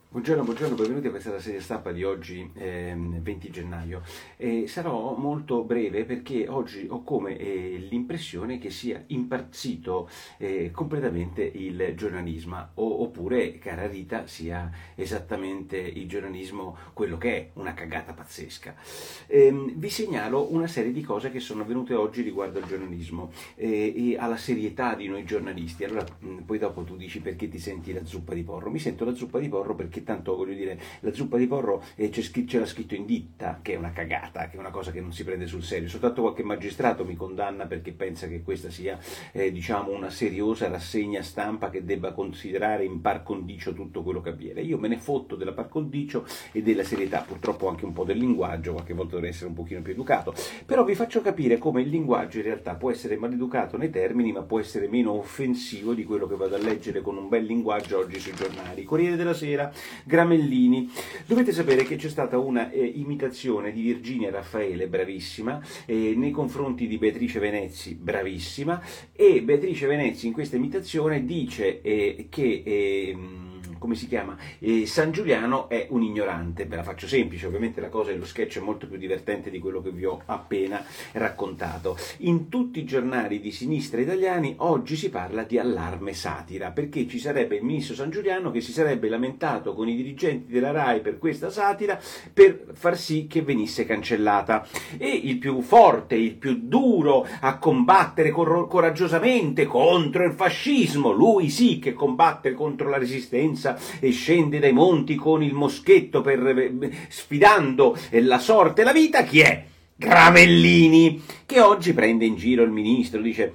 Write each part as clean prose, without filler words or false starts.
Buongiorno, buongiorno, benvenuti a questa rassegna stampa di oggi, 20 gennaio. Sarò molto breve perché oggi ho come l'impressione che sia impazzito completamente il giornalismo, oppure, cara Rita, sia esattamente il giornalismo quello che è, una cagata pazzesca. Vi segnalo una serie di cose che sono avvenute oggi riguardo al giornalismo e alla serietà di noi giornalisti. Allora, poi dopo tu dici perché ti senti la zuppa di porro. Mi sento la zuppa di porro perché tanto, voglio dire, la zuppa di porro c'era scritto in ditta che è una cagata, che è una cosa che non si prende sul serio. Soltanto qualche magistrato mi condanna perché pensa che questa sia diciamo una seriosa rassegna stampa che debba considerare in par condicio tutto quello che avviene. Io me ne fotto della par condicio e della serietà, purtroppo anche un po' del linguaggio, qualche volta dovrei essere un pochino più educato, però vi faccio capire come il linguaggio in realtà può essere maleducato nei termini, ma può essere meno offensivo di quello che vado a leggere con un bel linguaggio oggi sui giornali. Corriere della Sera, Gramellini. Dovete sapere che c'è stata una imitazione di Virginia Raffaele, bravissima, nei confronti di Beatrice Venezzi, bravissima, e Beatrice Venezzi in questa imitazione dice che come si chiama? San Giuliano è un ignorante. Ve la faccio semplice, ovviamente la cosa dello sketch è molto più divertente di quello che vi ho appena raccontato. In tutti i giornali di sinistra italiani oggi si parla di allarme satira, perché ci sarebbe il ministro San Giuliano che si sarebbe lamentato con i dirigenti della RAI per questa satira per far sì che venisse cancellata. E il più forte, il più duro a combattere coraggiosamente contro il fascismo, lui sì che combatte contro la resistenza e scende dai monti con il moschetto sfidando la sorte e la vita, chi è? Gramellini, che oggi prende in giro il ministro, dice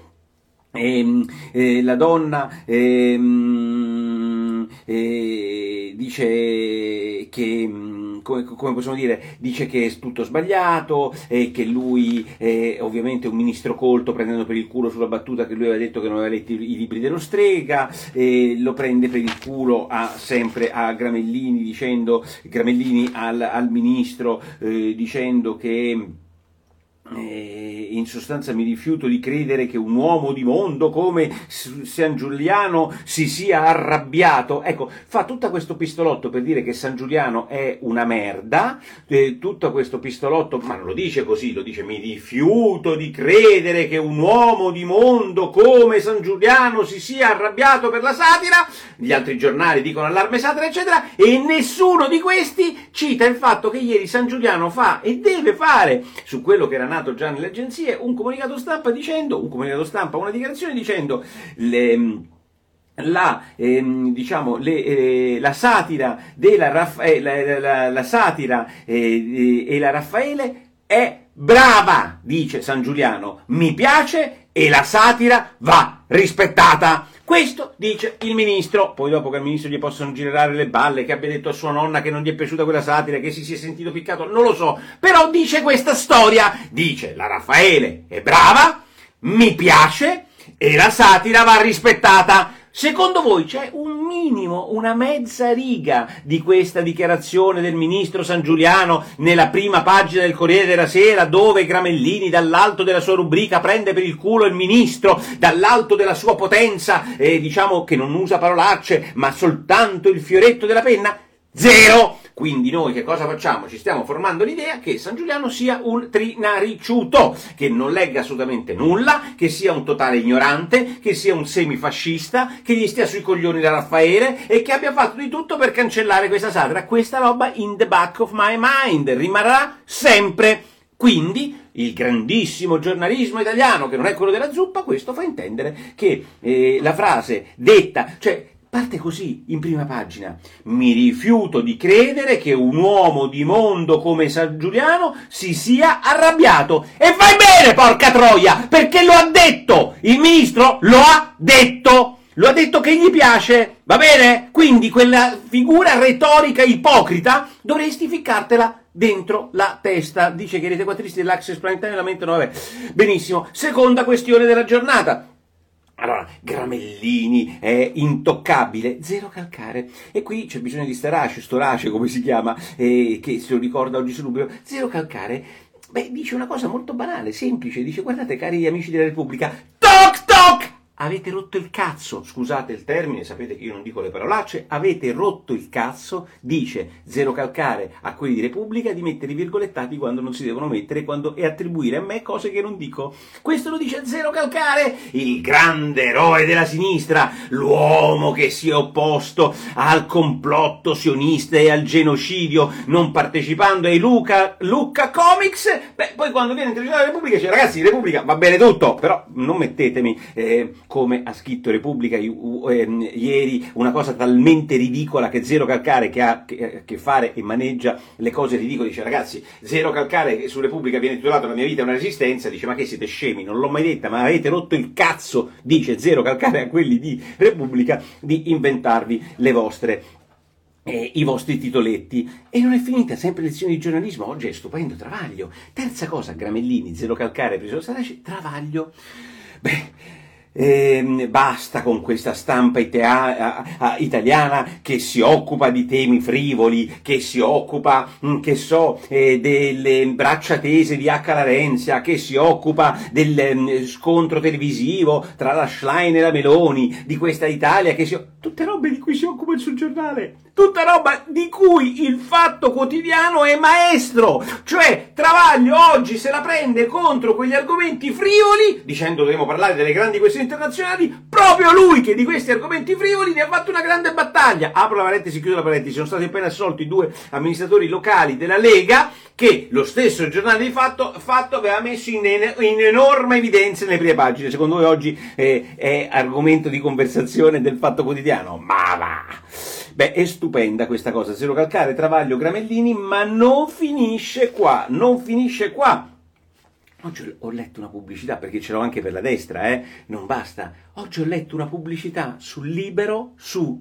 la donna dice che come possiamo dire, dice che è tutto sbagliato, che lui è ovviamente un ministro colto, prendendo per il culo sulla battuta che lui aveva detto che non aveva letto i libri dello Strega, lo prende per il culo sempre a Gramellini, Gramellini al ministro dicendo che in sostanza mi rifiuto di credere che un uomo di mondo come San Giuliano si sia arrabbiato. Ecco, fa tutto questo pistolotto per dire che San Giuliano è una merda, tutto questo pistolotto, ma non lo dice così, lo dice mi rifiuto di credere che un uomo di mondo come San Giuliano si sia arrabbiato per la satira, gli altri giornali dicono allarme satira eccetera, e nessuno di questi cita il fatto che ieri San Giuliano fa e deve fare, su quello che era nato già nelle agenzie, un comunicato stampa, una dichiarazione dicendo la satira la satira e la Raffaele è brava, dice San Giuliano, mi piace e la satira va rispettata. Questo dice il ministro. Poi dopo che al ministro gli possono girare le balle, che abbia detto a sua nonna che non gli è piaciuta quella satira, che si sia sentito piccato, non lo so, però dice questa storia, dice la Raffaele è brava, mi piace e la satira va rispettata. Secondo voi c'è un minimo, una mezza riga di questa dichiarazione del ministro San Giuliano nella prima pagina del Corriere della Sera, dove Gramellini dall'alto della sua rubrica prende per il culo il ministro, dall'alto della sua potenza, diciamo che non usa parolacce, ma soltanto il fioretto della penna? Zero! Quindi noi che cosa facciamo? Ci stiamo formando l'idea che San Giuliano sia un trinariciuto, che non legga assolutamente nulla, che sia un totale ignorante, che sia un semifascista, che gli stia sui coglioni da Raffaele e che abbia fatto di tutto per cancellare questa satira. Questa roba in the back of my mind rimarrà sempre. Quindi il grandissimo giornalismo italiano, che non è quello della zuppa, questo fa intendere che la frase detta, cioè parte così, in prima pagina, mi rifiuto di credere che un uomo di mondo come San Giuliano si sia arrabbiato. E vai bene, porca troia, perché lo ha detto, il ministro lo ha detto che gli piace, va bene? Quindi quella figura retorica ipocrita dovresti ficcartela dentro la testa. Dice che i retequattristi dell'Access Prime Time lamentano, vabbè, benissimo. Seconda questione della giornata. Allora, Gramellini è intoccabile, zero calcare. E qui c'è bisogno di Storace, come si chiama, che se lo ricorda oggi su Rubio, zero calcare. Beh, dice una cosa molto banale, semplice, dice guardate cari amici della Repubblica, toc toc, avete rotto il cazzo, scusate il termine, sapete che io non dico le parolacce, avete rotto il cazzo, dice Zero Calcare a quelli di Repubblica, di mettere i virgolettati quando non si devono mettere e attribuire a me cose che non dico. Questo lo dice Zero Calcare, il grande eroe della sinistra, l'uomo che si è opposto al complotto sionista e al genocidio, non partecipando ai Lucca Comics. Beh, poi quando viene intervistato la Repubblica dice: ragazzi, Repubblica va bene tutto, però non mettetemi come ha scritto Repubblica ieri, una cosa talmente ridicola che Zero Calcare, che ha che fare e maneggia le cose ridicole, dice: ragazzi, Zero Calcare che su Repubblica viene titolato La mia vita è una resistenza, dice: ma che siete scemi, non l'ho mai detta, ma avete rotto il cazzo, dice Zero Calcare a quelli di Repubblica, di inventarvi i vostri titoletti. E non è finita, sempre lezioni di giornalismo, oggi è stupendo Travaglio. Terza cosa, Gramellini, Zero Calcare, preso Travaglio. Basta con questa stampa italiana che si occupa di temi frivoli, che si occupa, delle braccia tese di H. Larenzia, che si occupa del scontro televisivo tra la Schlein e la Meloni, di questa Italia tutte robe di cui si occupa il suo giornale, tutta roba di cui il Fatto Quotidiano è maestro, cioè Travaglio oggi se la prende contro quegli argomenti frivoli, dicendo dovremo parlare delle grandi questioni internazionali, proprio lui che di questi argomenti frivoli ne ha fatto una grande battaglia. Apro la parentesi, chiudo la parentesi, sono stati appena assolti 2 amministratori locali della Lega che lo stesso giornale di Fatto aveva messo in enorme evidenza nelle prime pagine. Secondo voi oggi è argomento di conversazione del Fatto Quotidiano? Ma va! Beh, è stupenda questa cosa, Zero Calcare, Travaglio, Gramellini, ma non finisce qua. Oggi ho letto una pubblicità, perché ce l'ho anche per la destra, non basta. Oggi ho letto una pubblicità su Libero,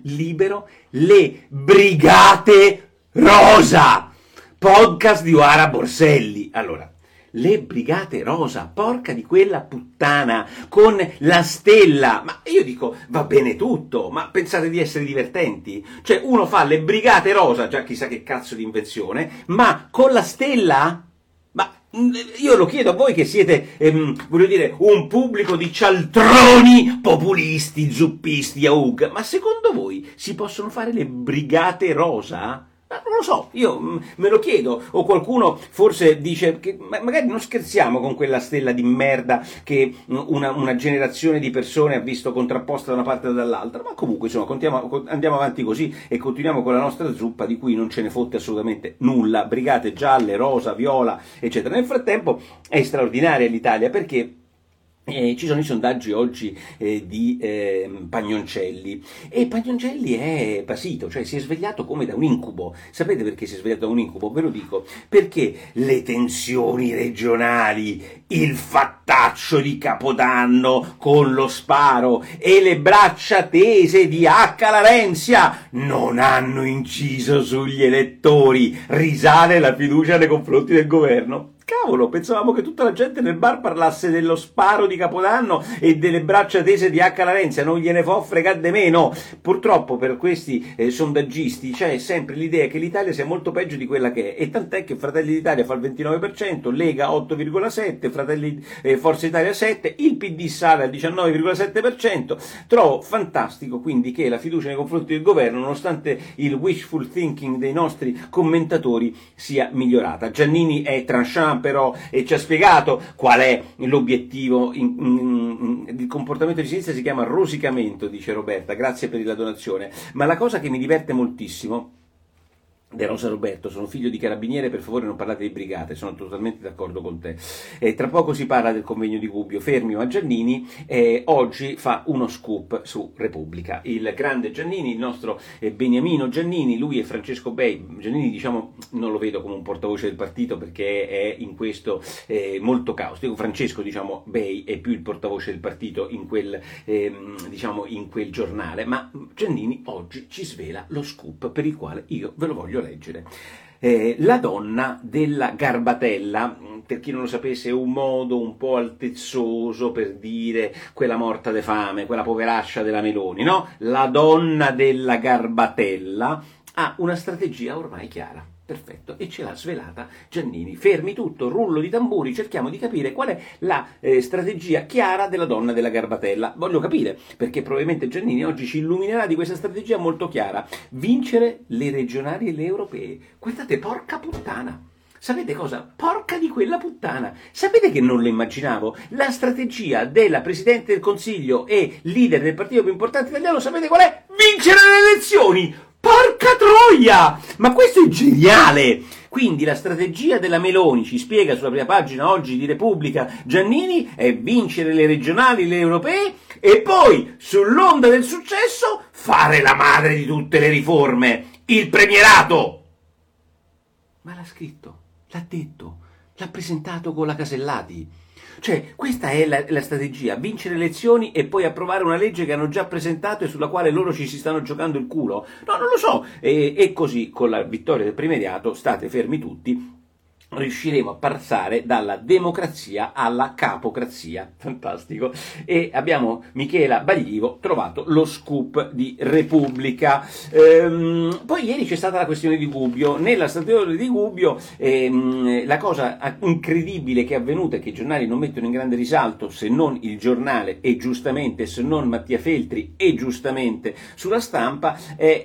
le Brigate Rosa, podcast di Oara Borselli. Allora, le Brigate Rosa, porca di quella puttana, con la stella. Ma io dico, va bene tutto, ma pensate di essere divertenti? Cioè, uno fa le Brigate Rosa, già chissà che cazzo di invenzione, ma con la stella? Ma io lo chiedo a voi che siete, un pubblico di cialtroni, populisti, zuppisti, AUG, ma secondo voi si possono fare le Brigate Rosa? Non lo so, io me lo chiedo, o qualcuno forse dice che magari non scherziamo con quella stella di merda che una generazione di persone ha visto contrapposta da una parte e dall'altra, ma comunque insomma andiamo avanti così e continuiamo con la nostra zuppa di cui non ce ne fotte assolutamente nulla, brigate gialle, rosa, viola, eccetera. Nel frattempo è straordinaria l'Italia perché ci sono i sondaggi oggi di Pagnoncelli, e Pagnoncelli è basito, cioè si è svegliato come da un incubo. Sapete perché si è svegliato da un incubo? Ve lo dico, perché le tensioni regionali, il fattaccio di Capodanno con lo sparo e le braccia tese di H. Larenzia non hanno inciso sugli elettori, risale la fiducia nei confronti del governo. Cavolo, pensavamo che tutta la gente nel bar parlasse dello sparo di Capodanno e delle braccia tese di H. Larenzia, non gliene può fregare de meno. Purtroppo per questi sondaggisti c'è sempre l'idea che l'Italia sia molto peggio di quella che è, e tant'è che Fratelli d'Italia fa il 29%, Lega 8,7%, Forza Italia 7%, il PD sale al 19,7%. Trovo fantastico quindi che la fiducia nei confronti del governo, nonostante il wishful thinking dei nostri commentatori, sia migliorata. Giannini è tranchant però e ci ha spiegato qual è l'obiettivo. Il comportamento di sinistra si chiama rosicamento, dice Roberta, grazie per la donazione. Ma la cosa che mi diverte moltissimo, De Rosa Roberto, sono figlio di carabiniere, per favore non parlate di brigate, sono totalmente d'accordo con te. Tra poco si parla del convegno di Gubbio, fermi ma Giannini oggi fa uno scoop su Repubblica. Il grande Giannini, il nostro Beniamino Giannini, lui e Francesco Bei. Giannini diciamo non lo vedo come un portavoce del partito perché è in questo molto caustico. Francesco diciamo Bei è più il portavoce del partito in quel giornale, ma Giannini oggi ci svela lo scoop per il quale io ve lo voglio leggere. La donna della garbatella, per chi non lo sapesse, è un modo un po' altezzoso per dire quella morta de fame, quella poveraccia della Meloni, no? La donna della garbatella ha una strategia ormai chiara. Perfetto, e ce l'ha svelata Giannini. Fermi tutto, rullo di tamburi, cerchiamo di capire qual è la strategia chiara della donna della Garbatella. Voglio capire, perché probabilmente Giannini oggi ci illuminerà di questa strategia molto chiara. Vincere le regionali e le europee. Guardate, porca puttana! Sapete cosa? Porca di quella puttana! Sapete che non lo immaginavo? La strategia della Presidente del Consiglio e leader del partito più importante italiano, sapete qual è? Vincere le elezioni! Porca troia! Ma questo è geniale! Quindi la strategia della Meloni, ci spiega sulla prima pagina oggi di Repubblica Giannini, è vincere le regionali, le europee e poi, sull'onda del successo, fare la madre di tutte le riforme, il premierato! Ma l'ha scritto, l'ha detto, l'ha presentato con la Casellati. Cioè, questa è la strategia, vincere le elezioni e poi approvare una legge che hanno già presentato e sulla quale loro ci si stanno giocando il culo? No, non lo so. E così, con la vittoria del premierato, state fermi tutti, riusciremo a passare dalla democrazia alla capocrazia. Fantastico. E abbiamo Michela Baglivo trovato lo scoop di Repubblica. Poi ieri c'è stata la questione di Gubbio. Nella stagione di Gubbio la cosa incredibile che è avvenuta e che i giornali non mettono in grande risalto, se non il Giornale e giustamente, se non Mattia Feltri e giustamente sulla Stampa,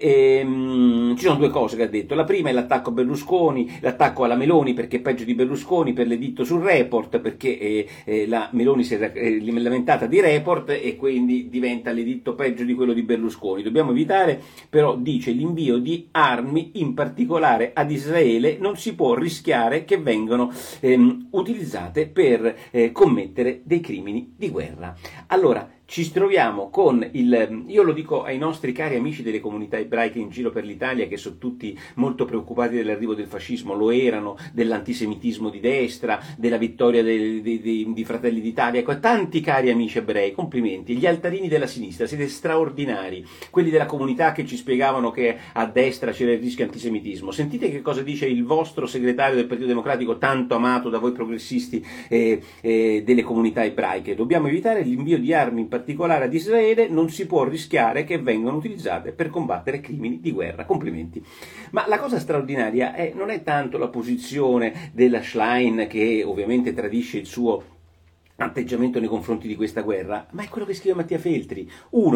ci sono due cose che ha detto. La prima è l'attacco a Berlusconi, l'attacco alla Meloni, perché peggio di Berlusconi per l'editto sul Report, perché la Meloni si è lamentata di Report e quindi diventa l'editto peggio di quello di Berlusconi. Dobbiamo evitare, però, dice, l'invio di armi, in particolare ad Israele, non si può rischiare che vengano utilizzate per commettere dei crimini di guerra. Allora, ci troviamo con io lo dico ai nostri cari amici delle comunità ebraiche in giro per l'Italia, che sono tutti molto preoccupati dell'arrivo del fascismo, lo erano, dell'antisemitismo di destra, della vittoria di Fratelli d'Italia, ecco, tanti cari amici ebrei, complimenti, gli altarini della sinistra, siete straordinari, quelli della comunità che ci spiegavano che a destra c'era il rischio antisemitismo. Sentite che cosa dice il vostro segretario del Partito Democratico, tanto amato da voi progressisti delle comunità ebraiche: dobbiamo evitare l'invio di armi, in particolare ad Israele, non si può rischiare che vengano utilizzate per combattere crimini di guerra. Complimenti. Ma la cosa straordinaria non è tanto la posizione della Schlein, che ovviamente tradisce il suo atteggiamento nei confronti di questa guerra, ma è quello che scrive Mattia Feltri.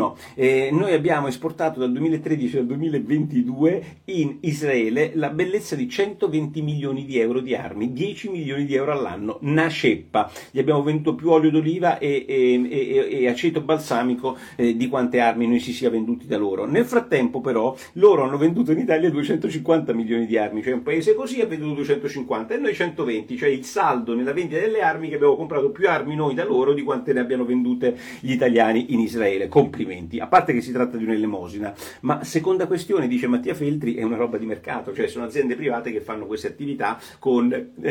Noi abbiamo esportato dal 2013 al 2022 in Israele la bellezza di 120 milioni di euro di armi, 10 milioni di euro all'anno, una ceppa. Gli abbiamo venduto più olio d'oliva e aceto balsamico di quante armi noi si sia venduti da loro. Nel frattempo però loro hanno venduto in Italia 250 milioni di armi, cioè un paese così ha venduto 250 e noi 120, cioè il saldo nella vendita delle armi, che abbiamo comprato più armi noi da loro di quante ne abbiano vendute gli italiani in Israele. Complimenti, a parte che si tratta di un'elemosina. Ma seconda questione, dice Mattia Feltri, è una roba di mercato, cioè sono aziende private che fanno queste attività con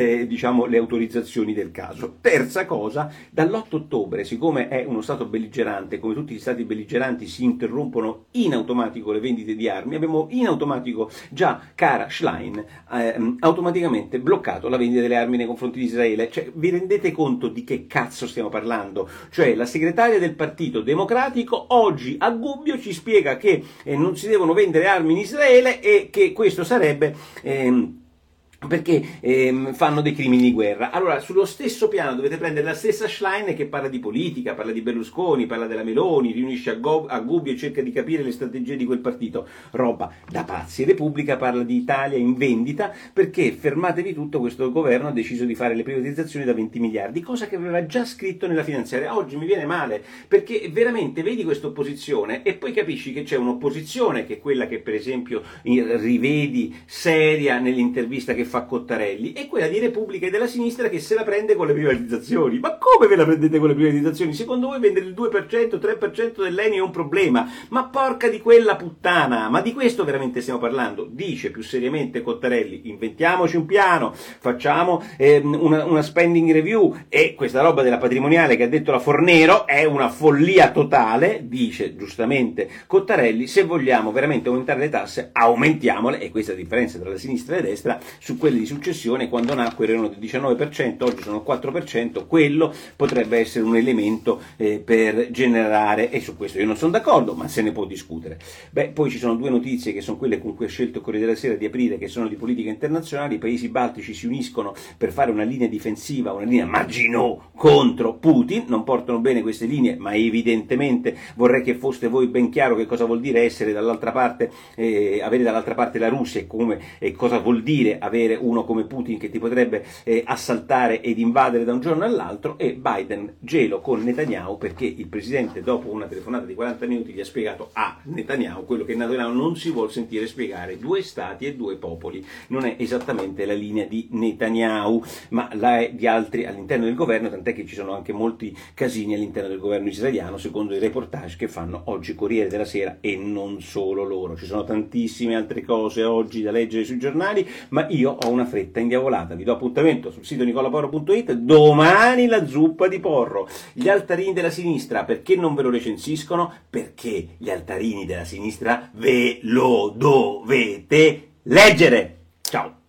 le autorizzazioni del caso. Terza cosa, dall'8 ottobre, siccome è uno stato belligerante, come tutti gli stati belligeranti si interrompono in automatico le vendite di armi, abbiamo in automatico, già cara Schlein, automaticamente bloccato la vendita delle armi nei confronti di Israele. Cioè, vi rendete conto di che cazzo stiamo parlando? Cioè, la segretaria del Partito Democratico oggi a Gubbio ci spiega che non si devono vendere armi in Israele e che questo sarebbe perché fanno dei crimini di guerra. Allora, sullo stesso piano dovete prendere la stessa Schlein, che parla di politica, parla di Berlusconi, parla della Meloni, riunisce a Gubbio e cerca di capire le strategie di quel partito. Roba da pazzi. Repubblica parla di Italia in vendita, perché, fermatevi tutto, questo governo ha deciso di fare le privatizzazioni da 20 miliardi, cosa che aveva già scritto nella finanziaria. Oggi mi viene male, perché veramente vedi questa opposizione e poi capisci che c'è un'opposizione, che è quella che per esempio rivedi seria nell'intervista che fa Cottarelli, e quella di Repubblica e della sinistra che se la prende con le privatizzazioni. Ma come ve la prendete con le privatizzazioni? Secondo voi vendere il 2%, 3% dell'ENI è un problema? Ma porca di quella puttana! Ma di questo veramente stiamo parlando? Dice più seriamente Cottarelli: inventiamoci un piano, facciamo una spending review, e questa roba della patrimoniale che ha detto la Fornero è una follia totale. Dice giustamente Cottarelli: se vogliamo veramente aumentare le tasse, aumentiamole, e questa è la differenza tra la sinistra e la destra, su quelle di successione quando nacquero erano del 19%, oggi sono il 4%, quello potrebbe essere un elemento per generare, e su questo io non sono d'accordo, ma se ne può discutere. Poi ci sono due notizie che sono quelle con cui ha scelto il Corriere della Sera di aprire, che sono di politica internazionale. I paesi baltici si uniscono per fare una linea difensiva, una linea Maginot contro Putin, non portano bene queste linee, ma evidentemente vorrei che foste voi ben chiaro che cosa vuol dire essere dall'altra parte, avere dall'altra parte la Russia e cosa vuol dire avere uno come Putin che ti potrebbe assaltare ed invadere da un giorno all'altro. E Biden gelo con Netanyahu perché il presidente dopo una telefonata di 40 minuti gli ha spiegato a Netanyahu quello che Netanyahu non si vuol sentire spiegare: due stati e due popoli. Non è esattamente la linea di Netanyahu, ma la è di altri all'interno del governo, tant'è che ci sono anche molti casini all'interno del governo israeliano, secondo i reportage che fanno oggi Corriere della Sera, e non solo loro. Ci sono tantissime altre cose oggi da leggere sui giornali, ma io ho una fretta indiavolata. Vi do appuntamento sul sito nicolaporro.it, domani la zuppa di Porro. Gli altarini della sinistra, perché non ve lo recensiscono? Perché gli altarini della sinistra ve lo dovete leggere. Ciao!